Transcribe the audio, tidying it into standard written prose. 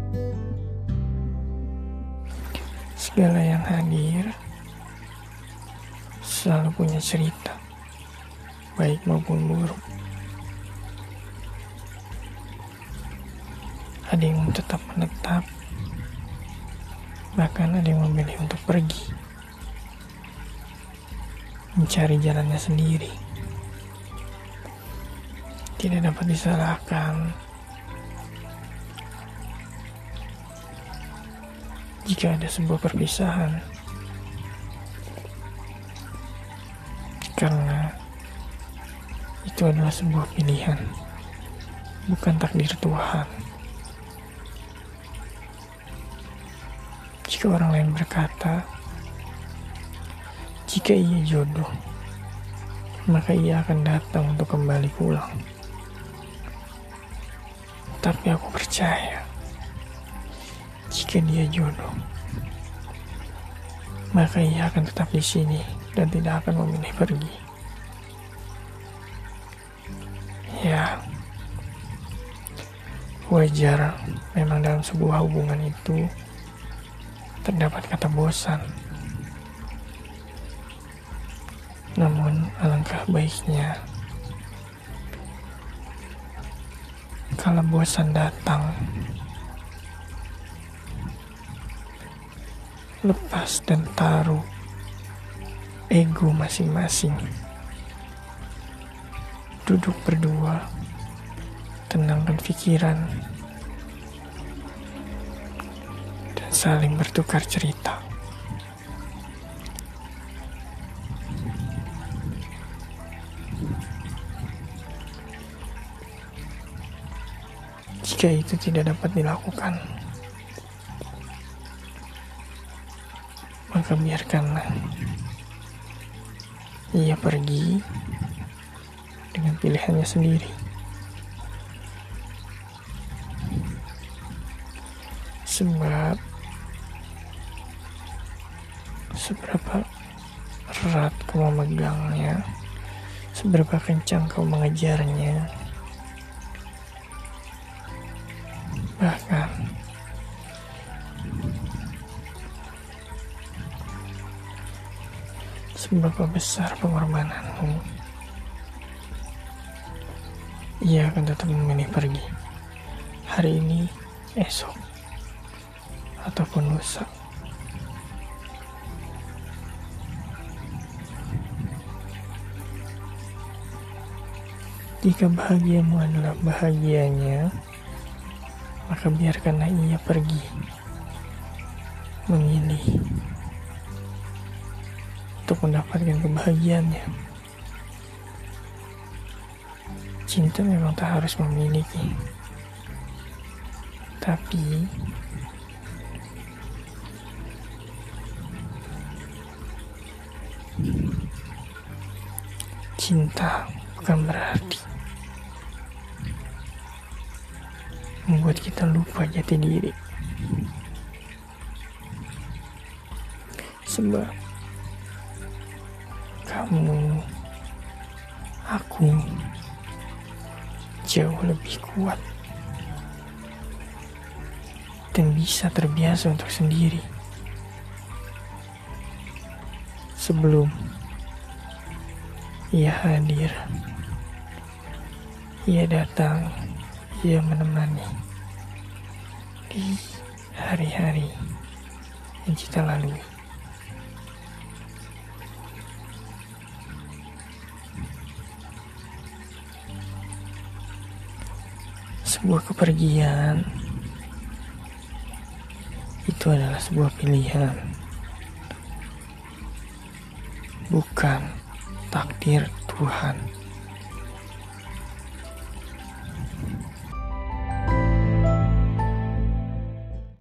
Segala yang hadir selalu punya cerita, baik maupun buruk. Ada yang tetap menetap, bahkan ada yang memilih untuk pergi, mencari jalannya sendiri. Tidak dapat disalahkan jika ada sebuah perpisahan, karena itu adalah sebuah pilihan, bukan takdir Tuhan. Jika orang lain berkata, jika ia jodoh, maka ia akan datang untuk kembali pulang. Tapi aku percaya, jika dia jodoh, maka ia akan tetap di sini dan tidak akan memilih pergi. Ya, wajar memang dalam sebuah hubungan itu terdapat kata bosan. Namun alangkah baiknya kalau bosan datang, lepas dan taruh ego masing-masing. Duduk berdua, tenangkan pikiran, dan saling bertukar cerita. Jika itu tidak dapat dilakukan, maka biarkanlah ia pergi dengan pilihannya sendiri. Sebab seberapa erat kau memegangnya, seberapa kencang kau mengejarnya, bahkan seberapa besar pengorbananmu, ia akan tetap memilih pergi. Hari ini, esok, ataupun lusa. Jika bahagiamu adalah bahagianya, maka biarkanlah ia pergi, memilih untuk mendapatkan kebahagiaannya. Cinta memang tak harus memiliki, tapi cinta bukan berarti membuat kita lupa jati diri. Sebab kamu, aku jauh lebih kuat dan bisa terbiasa untuk sendiri. Sebelum ia hadir, ia datang, ia menemani di hari-hari yang kita lalui. Sebuah kepergian itu adalah sebuah pilihan, bukan takdir Tuhan.